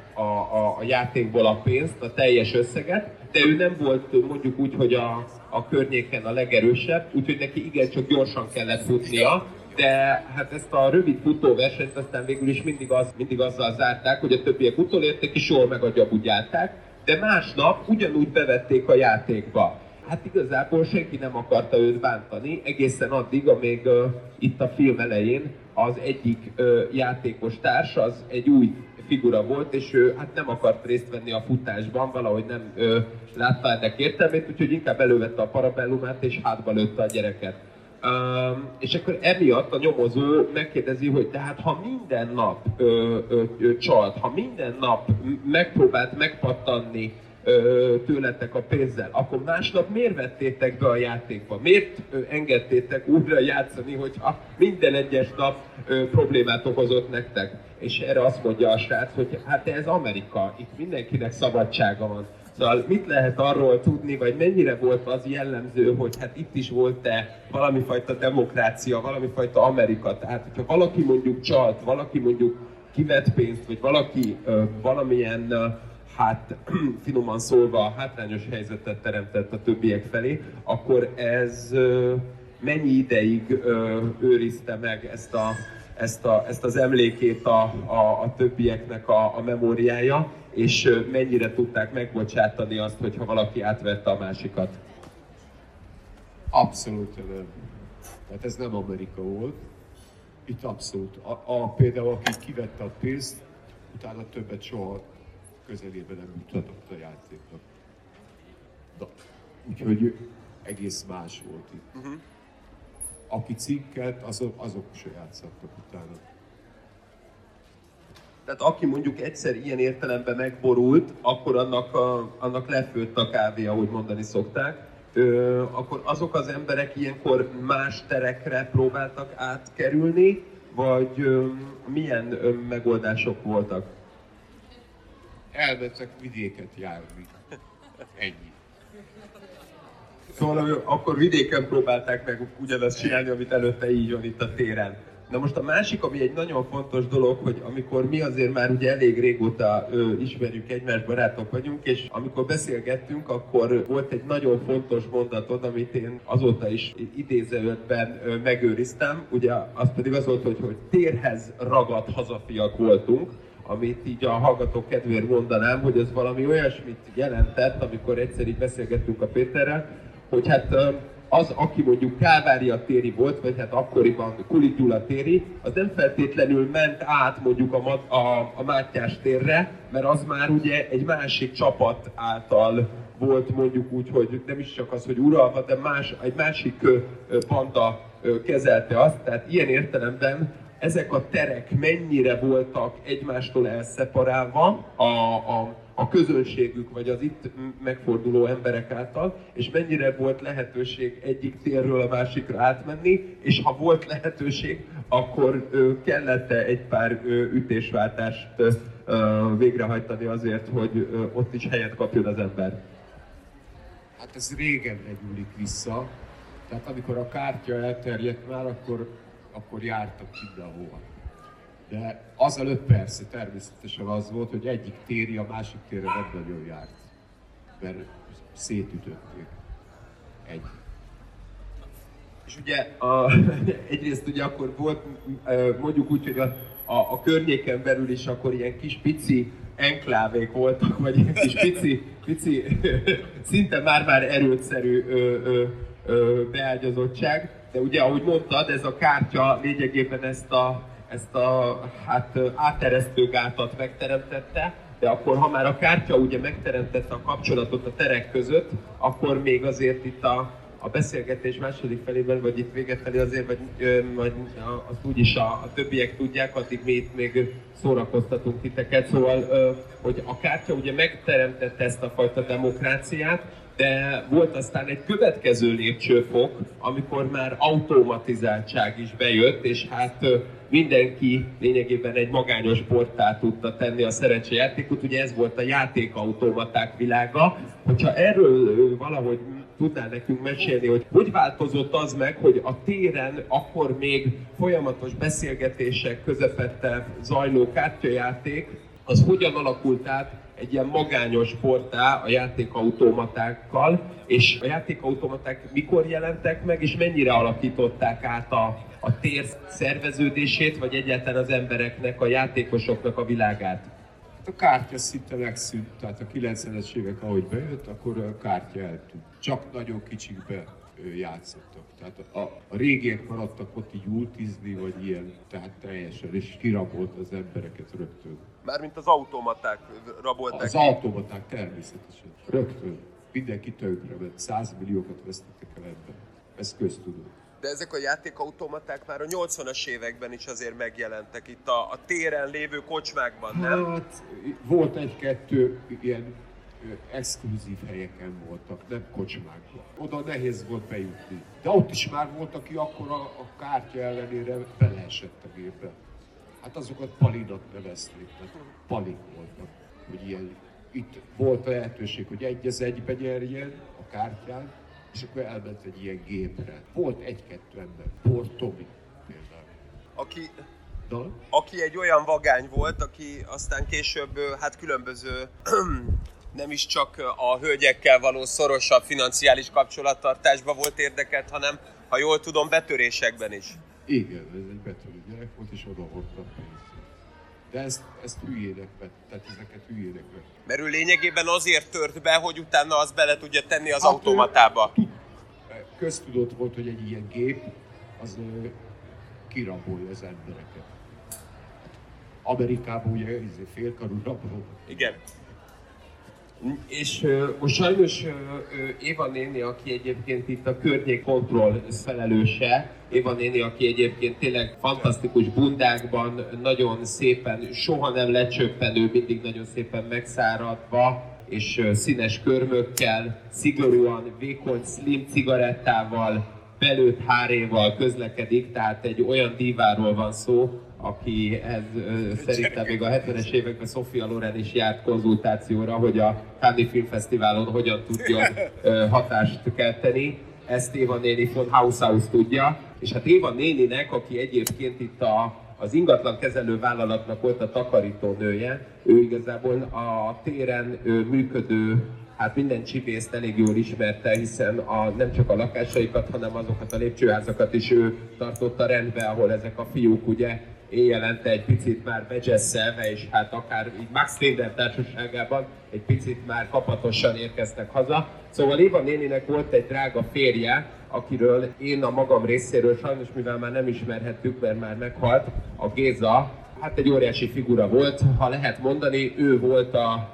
a játékból a pénzt, a teljes összeget, de ő nem volt mondjuk úgy, hogy a környéken a legerősebb, úgyhogy neki igencsak gyorsan kellett futnia, de hát ezt a rövid futóversenyt aztán végül is mindig azzal zárták, hogy a többiek utolérték és jól megadjabugyálták, de másnap ugyanúgy bevették a játékba. Hát igazából senki nem akarta őt bántani, egészen addig, amíg itt a film elején az egyik játékos társ az egy új figura volt, és ő hát nem akart részt venni a futásban, valahogy nem látta ennek értelmét, úgyhogy inkább elővette a parabellumát és hátba lőtte a gyereket. És akkor emiatt a nyomozó megkérdezi, hogy tehát ha minden nap csalt, ha minden nap megpróbált megpattanni tőletek a pénzzel, akkor másnap miért vettétek be a játékba? Miért engedtétek újra játszani, hogyha minden egyes nap problémát okozott nektek? És erre azt mondja a srác, hogy hát ez Amerika, itt mindenkinek szabadsága van. Szóval mit lehet arról tudni, vagy mennyire volt az jellemző, hogy hát itt is volt-e valamifajta demokrácia, valamifajta Amerika? Tehát, hogyha valaki mondjuk csalt, valaki mondjuk kivett pénzt, vagy valaki valamilyen, hát finoman szólva hátrányos helyzetet teremtett a többiek felé, akkor ez mennyi ideig őrizte meg ezt az emlékét a többieknek a memóriája, és mennyire tudták megbocsátani azt, hogyha valaki átvette a másikat? Abszolút nem. Tehát ez nem Amerika volt. Itt abszolút. Például aki kivette a pénzt, utána többet soha közelében nem juthatott a játéknak. Úgyhogy egész más volt itt. Aki cinkelt, azok se játszottak utána. Tehát aki mondjuk egyszer ilyen értelemben megborult, akkor annak lefőtt a kávé, ahogy mondani szokták. Akkor azok az emberek ilyenkor más terekre próbáltak átkerülni, vagy milyen megoldások voltak? Elmentek vidéket járni. Ennyi. Szóval akkor vidéken próbálták meg ugyanazt csinálni, amit előtte így van itt a téren. Na most a másik, ami egy nagyon fontos dolog, hogy amikor mi azért már ugye elég régóta ismerjük egymást, barátok vagyunk, és amikor beszélgettünk, akkor volt egy nagyon fontos mondatod, amit én azóta is idézőben megőriztem, ugye az pedig az volt, hogy térhez ragadt hazafiak voltunk, amit így a hallgatók kedvéért mondanám, hogy ez valami olyasmit jelentett, amikor egyszer így beszélgettünk a Péterrel, hogy hát az, aki mondjuk Kálvária téri volt, vagy hát akkoriban Kulik Gyula téri, az nem feltétlenül ment át mondjuk a Mátyás térre, mert az már ugye egy másik csapat által volt mondjuk úgy, hogy nem is csak az, hogy uralva, de egy másik banda kezelte azt, tehát ilyen értelemben ezek a terek mennyire voltak egymástól elszeparálva a közönségük, vagy az itt megforduló emberek által, és mennyire volt lehetőség egyik térről a másikra átmenni, és ha volt lehetőség, akkor kellett egy pár ütésváltást végrehajtani azért, hogy ott is helyet kapjon az ember. Hát ez régen nyúlik vissza, tehát amikor a kártya elterjedt már, akkor jártak mindenhova. De azelőtt persze természetesen az volt, hogy egyik téri a másik térre nem nagyon járt, mert szétütötték. És ugye egyrészt ugye akkor volt mondjuk úgy, hogy a környéken belül is akkor ilyen kis pici enklávék voltak, vagy ilyen kis pici szinte már erőtszerű beágyazottság. De ugye, ahogy mondtad, ez a kártya lényegében ezt a átteresztőgátat megteremtette, de akkor, ha már a kártya ugye megteremtette a kapcsolatot a terek között, akkor még azért itt a beszélgetés második felében, vagy itt vége felé azért, vagy azt úgyis a többiek tudják, addig mi itt még szórakoztatunk titeket. Szóval, hogy a kártya ugye megteremtette ezt a fajta demokráciát, de volt aztán egy következő lépcsőfok, amikor már automatizáltság is bejött, és hát mindenki lényegében egy magányos porttá tudta tenni a szerencsejátékot, ugye ez volt a játékautomaták világa. Hogyha erről valahogy tudnál nekünk mesélni, hogy változott az meg, hogy a téren akkor még folyamatos beszélgetések közepette zajló kártyajáték, az hogyan alakult át egy ilyen magányos porttá a játékautomatákkal, és a játékautomaták mikor jelentek meg, és mennyire alakították át a tér szerveződését, vagy egyáltalán az embereknek, a játékosoknak a világát? A kártya szinte megszűnt, tehát a 90-es évek ahogy bejött, akkor a kártya eltűnt. Csak nagyon kicsikbe játszottak. Tehát a régiek maradtak ott így ultizni, vagy ilyen, tehát teljesen, és kirabolt az embereket rögtön. Mármint az automaták rabolták. Az automaták természetesen. Rögtön. Mindenki tönkre ment. 100 milliókat vesztettek el ebben. Ez köztudott. De ezek a játékautomaták már a 80-as években is azért megjelentek itt a téren lévő kocsmákban, nem? Hát volt egy-kettő ilyen exkluzív helyeken voltak, nem kocsmákban. Oda nehéz volt bejutni. De ott is már volt, aki akkor a kártya ellenére beleesett a gépbe. Hát azokat Palinak nevezték, tehát Palik voltak, hogy ilyen. Itt volt a lehetőség, hogy 1-1-be nyerjen a kártyán, és akkor elment egy ilyen gépre. Volt egy-kettő ember, Port Tomi például. Aki egy olyan vagány volt, aki aztán később hát különböző nem is csak a hölgyekkel való szorosabb financiális kapcsolattartásban volt érdekelt, hanem, ha jól tudom, betörésekben is. Igen, ez egy betörő gyerek volt, és oda hordta pénzt. De ezt hülyének vett, tehát ezeket hülyének vett. Mert ő lényegében azért tört be, hogy utána azt bele tudja tenni az automatába. Köztudott volt, hogy egy ilyen gép, az kirabolja az embereket. Amerikában ugye félkarú rabló. Igen. És most sajnos Éva néni, aki egyébként itt a környékkontroll felelőse, Éva néni, aki egyébként tényleg fantasztikus bundákban, nagyon szépen, soha nem lecsöppenő, mindig nagyon szépen megszáradva, és színes körmökkel, szigorúan vékony slim cigarettával, belőtt háréval közlekedik, tehát egy olyan díváról van szó, akihez szerintem még a 70-es években Sophia Loren is járt konzultációra, hogy a Cannes Filmfesztiválon hogyan tudjon hatást kelteni. Ezt Éva néni von Haushaus tudja, És hát Éva néninek, aki egyébként itt az ingatlan kezelő vállalatnak volt a takarítónője, ő igazából a téren működő, hát minden csibészt elég jól ismerte, hiszen nem csak a lakásaikat, hanem azokat a lépcsőházakat is ő tartotta rendbe, ahol ezek a fiúk ugye éjjelente egy picit már bedzsesszelve, és hát akár így Max Linder társaságában egy picit már kapatosan érkeztek haza. Szóval Éva néninek volt egy drága férje, akiről én a magam részéről sajnos, mivel már nem ismerhettük, mert már meghalt, a Géza, hát egy óriási figura volt, ha lehet mondani, ő volt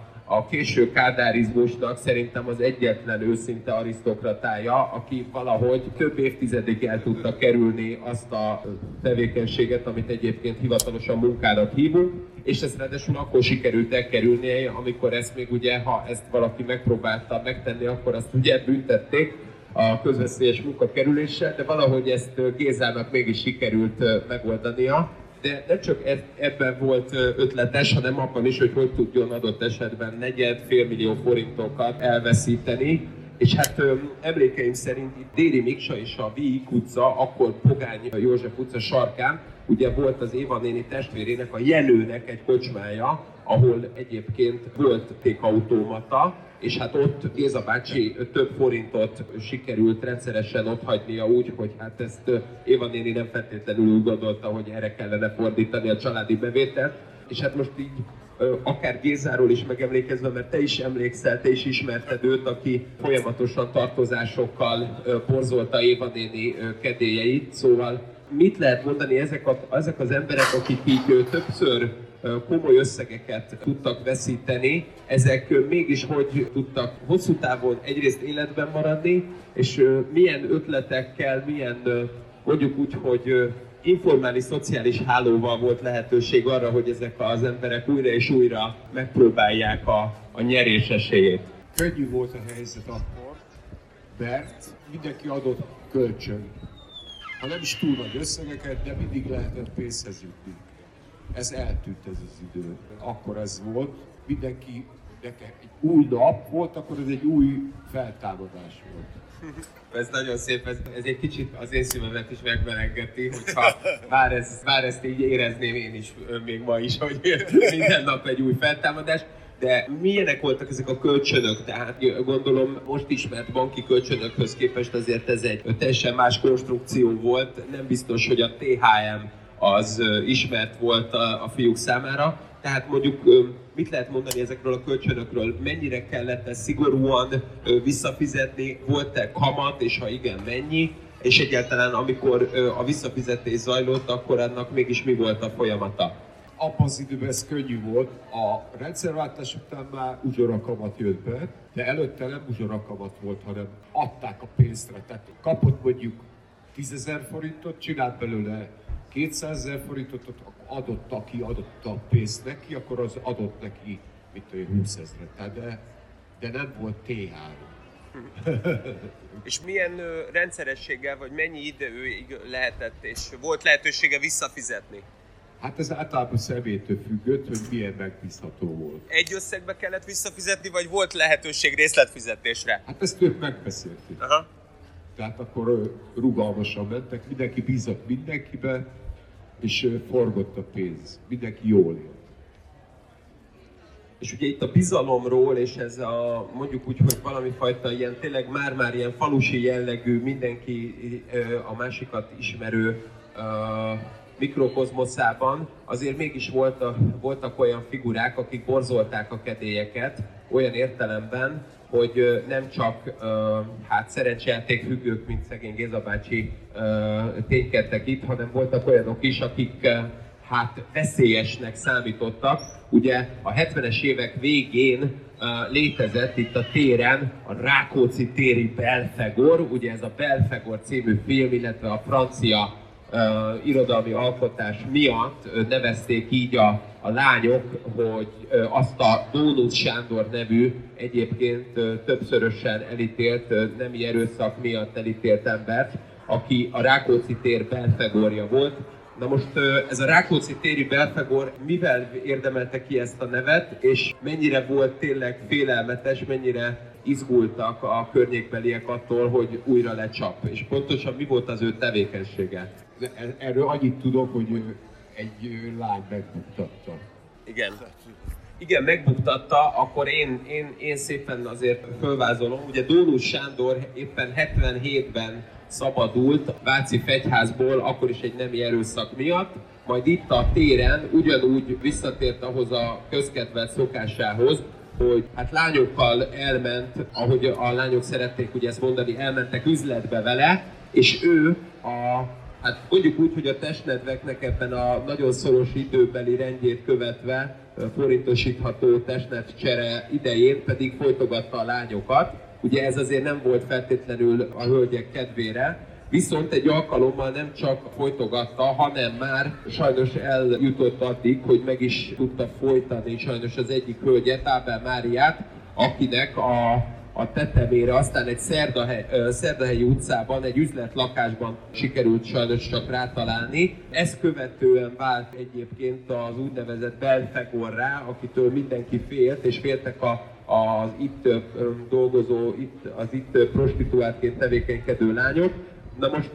a késő kádárizmusnak szerintem az egyetlen őszinte arisztokratája, aki valahogy több évtizedig el tudta kerülni azt a tevékenységet, amit egyébként hivatalosan munkának hívunk, és ezt ráadásul akkor sikerült elkerülnie, amikor ezt még ugye, ha ezt valaki megpróbálta megtenni, akkor azt ugye büntették a közveszélyes munkakerüléssel, de valahogy ezt Gézának mégis sikerült megoldania. De nem csak ebben volt ötletes, hanem abban is, hogy tudjon adott esetben fél millió forintokat elveszíteni. És hát emlékeim szerint itt Déri Miksa és a Víg utca, akkor Pogány József utca sarkán, ugye volt az Éva néni testvérének, a Jenőnek egy kocsmája, ahol egyébként volt tékautomata, és hát ott Géza bácsi több forintot sikerült rendszeresen otthagynia úgy, hogy hát ezt Éva néni nem feltétlenül úgy gondolta, hogy erre kellene fordítani a családi bevételt. És hát most így akár Gézáról is megemlékezve, mert te is emlékszel, te is ismerted őt, aki folyamatosan tartozásokkal borzolta Éva néni kedélyeit. Szóval mit lehet mondani, ezek az emberek, akik így többször komoly összegeket tudtak veszíteni, ezek mégis hogy tudtak hosszú távon egyrészt életben maradni, és milyen ötletekkel, milyen mondjuk úgy, hogy informális szociális hálóval volt lehetőség arra, hogy ezek az emberek újra és újra megpróbálják a nyerés esélyét. Könnyű volt a helyzet akkor, mert mindenki adott kölcsön. Ha nem is túl nagy összegeket, de mindig lehetett pénzhez jutni. Ez eltűnt ez az idő. Akkor ez volt, mindenki, egy új nap volt, akkor ez egy új feltámadás volt. Ez nagyon szép, ez egy kicsit az én szívemet is megmelengeti, hogyha bár ezt így érezném én is még ma is, hogy minden nap egy új feltámadás. De milyenek voltak ezek a kölcsönök? Tehát gondolom most ismert banki kölcsönökhöz képest azért ez egy teljesen más konstrukció volt. Nem biztos, hogy a THM az ismert volt a fiúk számára. Tehát mondjuk mit lehet mondani ezekről a kölcsönökről? Mennyire kellett ezt szigorúan visszafizetni? Volt-e kamat, és ha igen, mennyi? És egyáltalán amikor a visszafizetés zajlott, akkor annak mégis mi volt a folyamata? Abban az időben ez könnyű volt. A rendszerváltás után már uzsorakamat jött be, de előtte nem uzsorakamat volt, hanem adták a pénzre. Tehát kapott mondjuk 10 000 forintot, csinált belőle 200 000 forintot, adott, aki adott a pénzt neki, akkor az adott neki, 20 000-et. De nem volt T3. És milyen rendszerességgel, vagy mennyi időig lehetett, és volt lehetősége visszafizetni? Hát ez általában személytől függött, hogy milyen megbízható volt. Egy összegbe kellett visszafizetni, vagy volt lehetőség részletfizetésre? Hát ezt ők megbeszélték. Aha. Tehát akkor rugalmasan mentek, mindenki bízott mindenkibe, és forgott a pénz. Mindenki jól élt. És ugye itt a bizalomról, és ez mondjuk úgy, hogy valami fajta ilyen, tényleg már ilyen falusi jellegű, mindenki a másikat ismerő mikrokozmoszában, azért mégis voltak olyan figurák, akik borzolták a kedélyeket, olyan értelemben, hogy nem csak szerencsejáték függők, mint szegény Géza bácsi ténykedtek itt, hanem voltak olyanok is, akik veszélyesnek számítottak. Ugye a 70-es évek végén létezett itt a téren a Rákóczi téri Belfegor, ugye ez a Belfegor című film, illetve a francia irodalmi alkotás miatt nevezték így a lányok, hogy azt a Dónusz Sándor nevű, egyébként többszörösen elítélt, nemi erőszak miatt elítélt embert, aki a Rákóczi tér Belfegorja volt. Na most ez a Rákóczi téri Belfegor mivel érdemelte ki ezt a nevet, és mennyire volt tényleg félelmetes, mennyire izgultak a környékbeliek attól, hogy újra lecsap. És pontosan mi volt az ő tevékenysége? Erről annyit tudok, hogy egy lány megbuktatta. Igen. Igen, megbuktatta, akkor én szépen azért fölvázolom. Ugye Dónus Sándor éppen 77-ben szabadult Váci Fegyházból, akkor is egy nemi erőszak miatt, majd itt a téren ugyanúgy visszatért ahhoz a közkedvelt szokásához, hogy hát lányokkal elment, ahogy a lányok szerették ugye ezt mondani, elmentek üzletbe vele, és ő hát mondjuk úgy, hogy a testnedveknek ebben a nagyon szoros időbeli rendjét követve forintosítható testnedvcsere idején pedig folytogatta a lányokat. Ugye ez azért nem volt feltétlenül a hölgyek kedvére, viszont egy alkalommal nem csak folytogatta, hanem már sajnos eljutott addig, hogy meg is tudta folytani sajnos az egyik hölgyet, Ábel Máriát, akinek a tetemére aztán egy Szerdahelyi utcában, egy üzletlakásban sikerült sajnos csak rátalálni. Ezt követően vált egyébként az úgynevezett belfegorrá, akitől mindenki félt, és féltek az itt dolgozó, az itt prostituáltként tevékenykedő lányok. Na most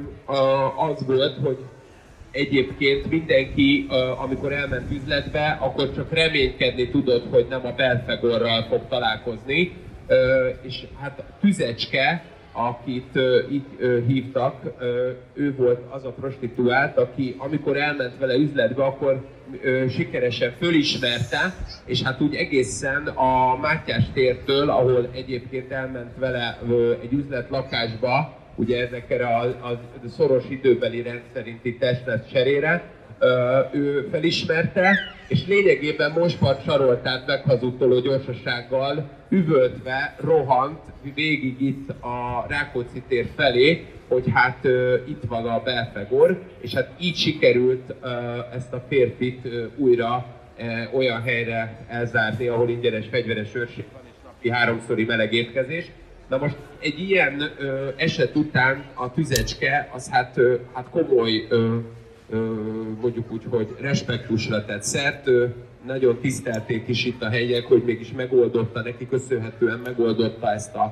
az volt, hogy egyébként mindenki, amikor elment üzletbe, akkor csak reménykedni tudott, hogy nem a belfegorral fog találkozni. És hát Tüzecske, akit így hívtak, ő volt az a prostituált, aki amikor elment vele üzletbe, akkor sikeresen fölismerte, és hát úgy egészen a Mátyás tértől, ahol egyébként elment vele egy üzletlakásba, ugye ezekre a szoros időbeli rendszerinti testnet cserére, ő felismerte, és lényegében Monspart Saroltát meghazudtoló gyorsasággal üvöltve rohant végig itt a Rákóczi tér felé, hogy hát itt van a belfegor, és hát így sikerült ezt a férfit újra olyan helyre elzárni, ahol ingyenes fegyveres őrség van, és napi 3-szori meleg étkezés. Na most egy ilyen eset után a Tüzecske az hát komoly, mondjuk úgy, hogy respektusra tett szert, nagyon tisztelték is itt a helyiek, hogy mégis megoldotta, neki köszönhetően megoldotta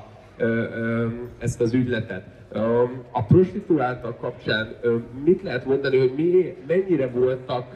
ezt az ügyletet. A prostituáltak kapcsán mit lehet mondani, hogy mennyire voltak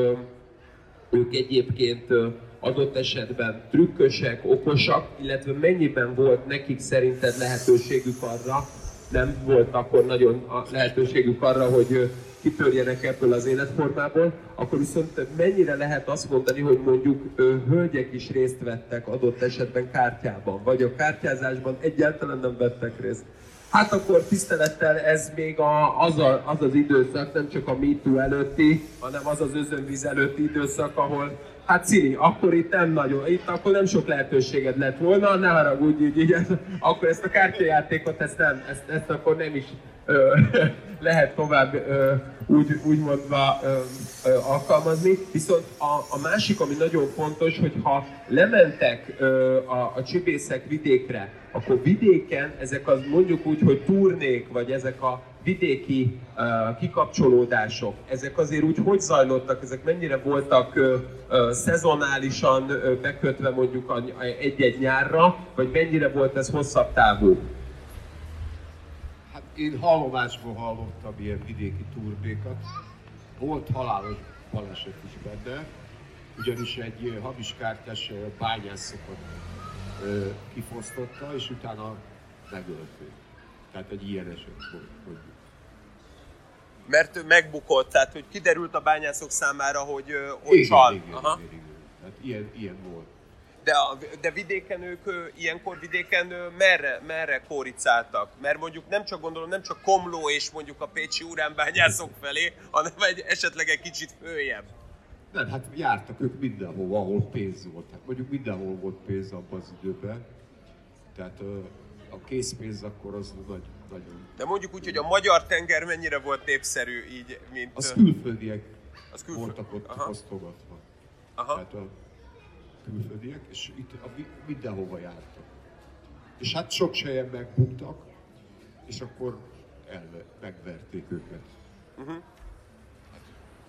ők egyébként adott esetben trükkösek, okosak, illetve mennyiben volt nekik szerinted lehetőségük arra, nem volt akkor nagyon lehetőségük arra, hogy kitörjenek ebből az életformából, akkor viszont mennyire lehet azt mondani, hogy mondjuk hölgyek is részt vettek adott esetben kártyában, vagy a kártyázásban egyáltalán nem vettek részt. Hát akkor tisztelettel ez még az az időszak, nem csak a MeToo előtti, hanem az az özönvíz előtti időszak, ahol hát Ciri, akkor itt nem nagyon, itt akkor nem sok lehetőséged lett volna, ne haragudj így, akkor ezt a kártyajátékot, ezt akkor nem is lehet tovább úgy mondva alkalmazni. Viszont a másik, ami nagyon fontos, hogy ha lementek a csibészek vidékre, akkor vidéken ezek az mondjuk úgy, hogy turnék, vagy ezek a vidéki kikapcsolódások, ezek azért úgy hogy zajlottak, ezek mennyire voltak szezonálisan bekötve mondjuk egy-egy nyárra, vagy mennyire volt ez hosszabb távú? Hát én hallomásból hallottam ilyen vidéki turnékat. Volt halálos baleset is benne, ugyanis egy hamis kártyás bányászokat kifosztotta, és utána megölték. Tehát egy ilyen eset volt. Mert ő megbukott, tehát hogy kiderült a bányászok számára, hogy csal. Igen. Tehát ilyen volt. De vidéken ilyenkor vidéken merre kóricáltak? Mert mondjuk nem csak Komló és mondjuk a pécsi uránbányászok felé, hanem esetleg egy kicsit följebb. Nem, hát jártak ők mindenhol, ahol pénz volt. Hát mondjuk mindenhol volt pénz abban az időben. Tehát a készpénz akkor az nagyon... De mondjuk úgy, hogy a magyar tenger mennyire volt népszerű így, mint... Az külföldiek voltak ott osztogatva. Tehát a külföldiek, és itt mindenhova jártak. És hát sok helyen megbuktak, és akkor megverték őket.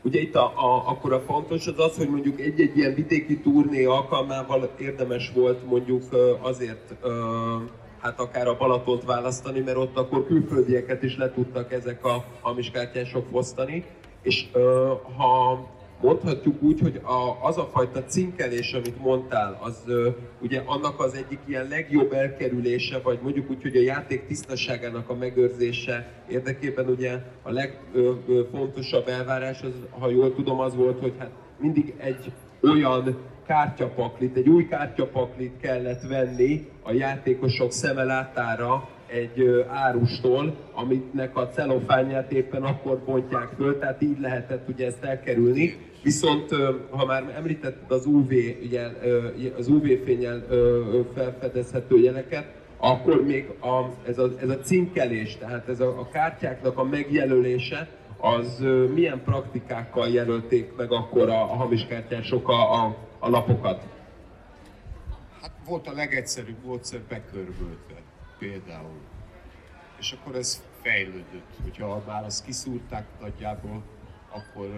Ugye itt akkor a fontos az, hogy mondjuk egy-egy ilyen vidéki turné alkalmával érdemes volt mondjuk azért hát akár a Balatont választani, mert ott akkor külföldieket is le tudtak ezek a hamiskártyások fosztani. És ha mondhatjuk úgy, hogy az a fajta cinkelés, amit mondtál, az ugye annak az egyik ilyen legjobb elkerülése, vagy mondjuk úgy, hogy a játék tisztaságának a megőrzése érdekében ugye a legfontosabb elvárás, az, ha jól tudom, az volt, hogy hát mindig egy olyan kártyapaklit, egy új kártyapaklit kellett venni a játékosok szeme látára egy árustól, aminek a celofánját éppen akkor bontják föl, tehát így lehetett ugye ezt elkerülni. Viszont ha már említetted az az UV-fénnyel felfedezhető jeleket, akkor még ez a cinkelés, tehát ez a kártyáknak a megjelölése, az milyen praktikákkal jelölték meg akkor a hamiskártyások a lapokat? Hát volt a legegyszerűbb módszer bekörböltve például. És akkor ez fejlődött, hogyha már azt kiszúrták nagyjából, akkor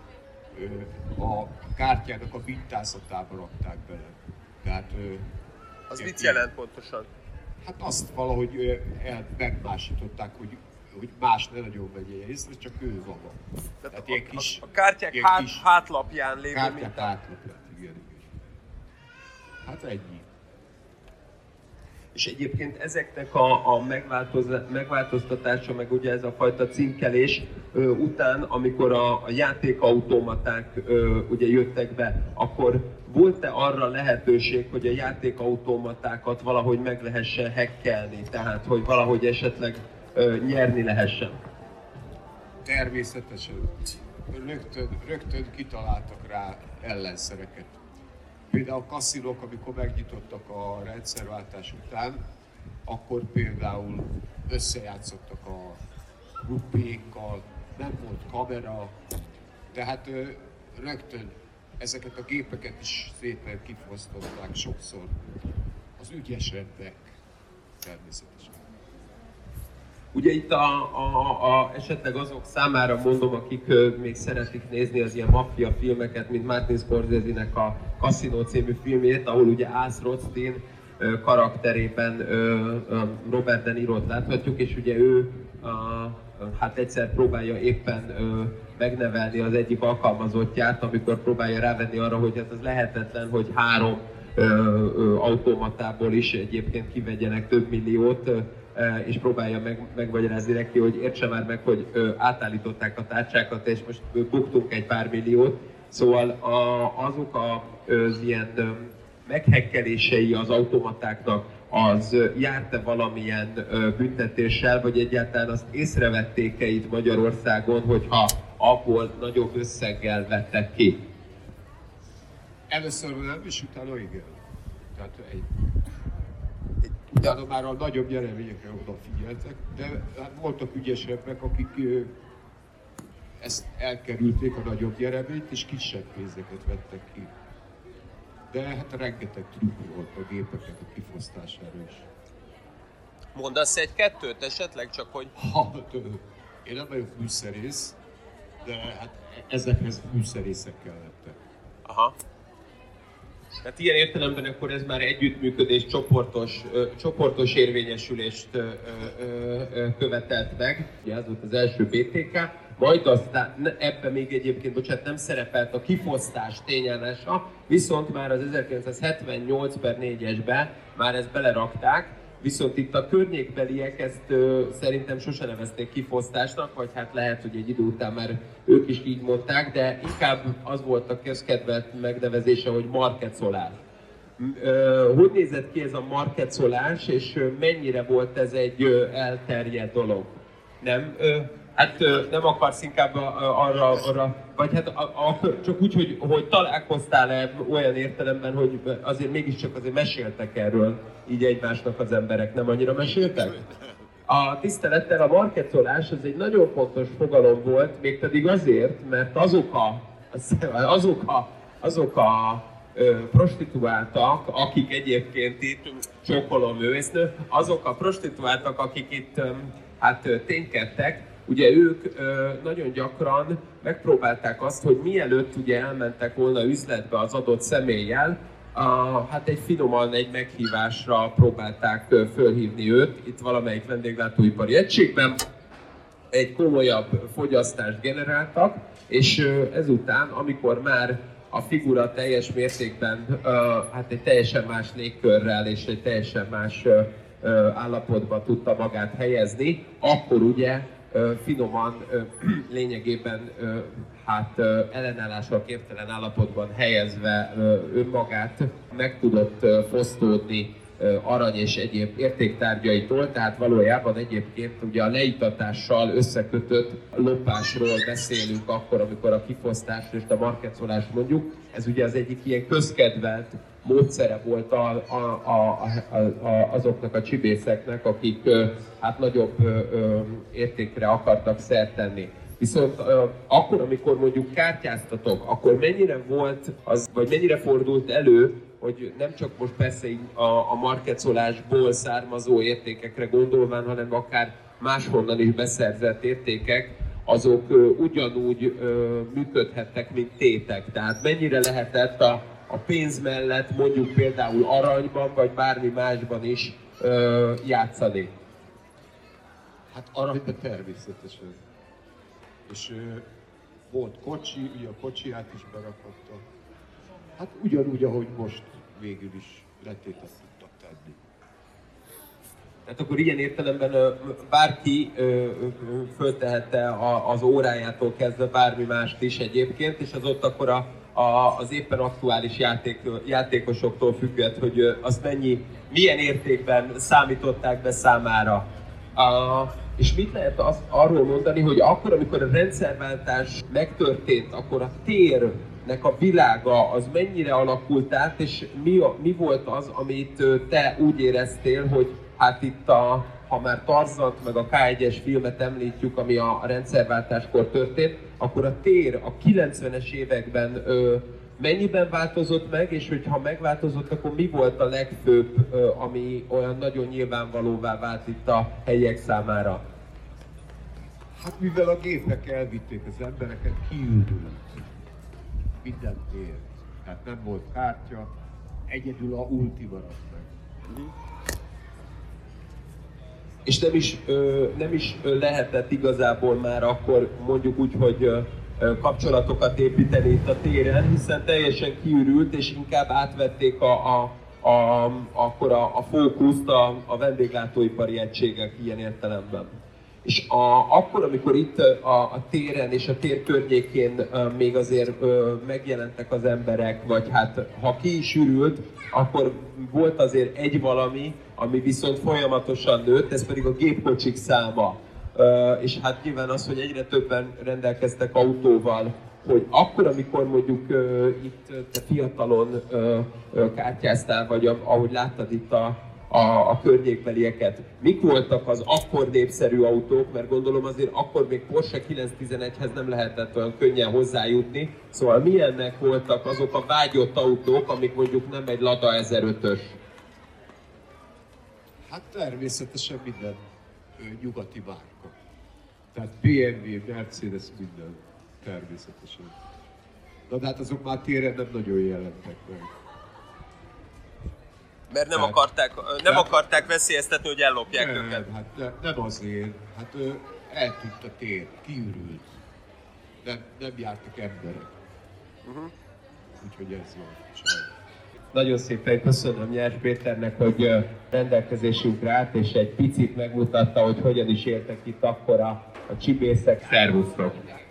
a kártyának a mintázatába rakták bele. Tehát, az mit jelent pontosan? Hát azt valahogy megmásították, hogy más ne nagyon vegye észre, csak ő maga. Tehát ilyen kis, a kártyák hátlapján lévő kártyák hátlapján, igen. Hát ennyi. És egyébként ezeknek a megváltoztatása, meg ugye ez a fajta cinkelés után, amikor a játékautomaták ugye jöttek be, akkor volt-e arra lehetőség, hogy a játékautomatákat valahogy meg lehessen hackelni, tehát hogy valahogy esetleg nyerni lehessen? Természetesen. Rögtön kitaláltak rá ellenszereket. Például a kaszinók, amikor megnyitottak a rendszerváltás után, akkor például összejátszottak a ruppékkal, nem volt kamera, tehát rögtön ezeket a gépeket is szépen kifosztották sokszor. Az ügyesebbek természetesen. Ugye itt esetleg azok számára mondom, akik még szeretik nézni az ilyen maffia filmeket, mint Martin Scorsese-nek a Casino című filmjét, ahol ugye Ace Rothstein karakterében Robert De Niro-t láthatjuk, és ugye ő hát egyszer próbálja éppen megnevelni az egyik alkalmazottját, amikor próbálja rávenni arra, hogy hát az lehetetlen, hogy 3 automatából is egyébként kivegyenek több milliót, és próbálja megmagyarázni neki, hogy értse már meg, hogy átállították a tárcsákat, és most buktunk egy pár milliót. Szóval azok az ilyen meghekkelései az automatáknak, az járt-e valamilyen büntetéssel, vagy egyáltalán azt észrevették-e itt Magyarországon, hogyha abból nagyobb összeggel vettek ki? Először nem, és utána igen. Tehát utána már a nagyobb nyereményekre odafigyeltek, de hát voltak ügyesebbek, akik ezt elkerülték, a nagyobb nyereményt, és kisebb pénzeket vettek ki. De hát rengeteg trükk volt a gépeknek a kifosztására is. Mondasz egy-kettőt esetleg, csak hogy... Én nem vagyok műszerész, de hát ezekhez műszerészek kellettek. Aha. Tehát ilyen értelemben akkor ez már együttműködés, csoportos érvényesülést követelt meg. Ugye ez volt az első BTK, majd aztán ebben még egyébként, bocsánat, nem szerepelt a kifosztás tényállása, viszont már az 1978/4-esben már ezt belerakták, viszont itt a környékbeliek ezt szerintem sose nevezték kifosztásnak, vagy hát lehet, hogy egy idő után már ők is így mondták, de inkább az volt a közkedvelt megnevezése, hogy markecolás. Hogy nézett ki ez a markecolás, és mennyire volt ez egy elterjedt dolog? Nem? Hát nem akarsz inkább arra vagy hát csak úgy, hogy találkoztál-e olyan értelemben, hogy azért mégiscsak azért meséltek erről így egymásnak az emberek, nem annyira meséltek? A tisztelettel a markecolás az egy nagyon fontos fogalom volt, mégpedig azért, mert azok a prostituáltak, akik egyébként itt csókolom ősznő, azok a prostituáltak, akik itt hát ténykedtek, ugye ők nagyon gyakran megpróbálták azt, hogy mielőtt ugye elmentek volna üzletbe az adott személlyel, hát egy finoman egy meghívásra próbálták fölhívni őt itt valamelyik vendéglátóipari egységben, egy komolyabb fogyasztást generáltak, és ezután, amikor már a figura teljes mértékben hát egy teljesen más légkörrel és egy teljesen más állapotba tudta magát helyezni, akkor ugye finoman lényegében hát ellenállásra képtelen állapotban helyezve önmagát meg tudott fosztódni arany és egyéb értéktárgyaitól, tehát valójában egyébként ugye a leitatással összekötött lopásról beszélünk akkor, amikor a kifosztást és a markecolást mondjuk. Ez ugye az egyik ilyen közkedvelt módszere volt azoknak a csibészeknek, akik hát nagyobb értékre akartak szert tenni. Viszont akkor, amikor mondjuk kártyáztatok, akkor mennyire volt az, vagy mennyire fordult elő, hogy nem csak most persze a markecolásból származó értékekre gondolván, hanem akár máshonnan is beszerzett értékek, azok ugyanúgy működhettek, mint tétek. Tehát mennyire lehetett a pénz mellett mondjuk például aranyban, vagy bármi másban is játszani? Hát aranyban természetesen. És volt kocsi, ugye a kocsiját is berakadta. Hát ugyanúgy, ahogy most végül is letétet tudtak tenni. Tehát akkor ilyen értelemben bárki föltehette az órájától kezdve bármi mást is egyébként, és az ott akkor az éppen aktuális játékosoktól függött, hogy azt milyen értékben számították be számára. És mit lehet arról mondani, hogy akkor, amikor a rendszerváltás megtörtént, akkor a térnek a világa az mennyire alakult át, és mi volt az, amit te úgy éreztél, hogy hát itt ha már Tarzant meg a K1-es filmet említjük, ami a rendszerváltáskor történt, akkor a tér a 90-es években mennyiben változott meg, és hogyha megváltozott, akkor mi volt a legfőbb, ami olyan nagyon nyilvánvalóvá vált itt a helyiek számára? Hát mivel a gépek elvitték az embereket, kiürült minden tér. Tehát nem volt kártya, egyedül a ulti maradt meg. És nem is lehetett igazából már akkor mondjuk úgy, hogy kapcsolatokat építeni itt a téren, hiszen teljesen kiürült, és inkább átvették akkor a fókuszt a vendéglátóipari egységek ilyen értelemben. És akkor, amikor itt a téren és a tér környékén még azért megjelentek az emberek, vagy hát ha ki is ürült, akkor volt azért egy valami, ami viszont folyamatosan nőtt, ez pedig a gépkocsik száma. És hát nyilván az, hogy egyre többen rendelkeztek autóval, hogy akkor, amikor mondjuk itt te fiatalon kártyáztál, vagy ahogy láttad itt a környékbelieket, mik voltak az akkor népszerű autók, mert gondolom azért akkor még Porsche 911-hez nem lehetett olyan könnyen hozzájutni, szóval milyennek voltak azok a vágyott autók, amik mondjuk nem egy Lada 1005-ös? Hát természetesen minden nyugati márka. Tehát BMW, Mercedes, minden természetesen. Na de hát azok már téren nem nagyon jelentek meg. Mert nem akarták veszélyeztetni, hogy ellopják őket. Hát nem azért. Hát eltűnt a tér, kiürült. Nem jártak emberek. Úgyhogy ez van. Sajnos. Nagyon szépen köszönöm Nyers Péternek, hogy rendelkezésünkre állt, és egy picit megmutatta, hogy hogyan is éltek itt akkor a csibészek. Szervusztok!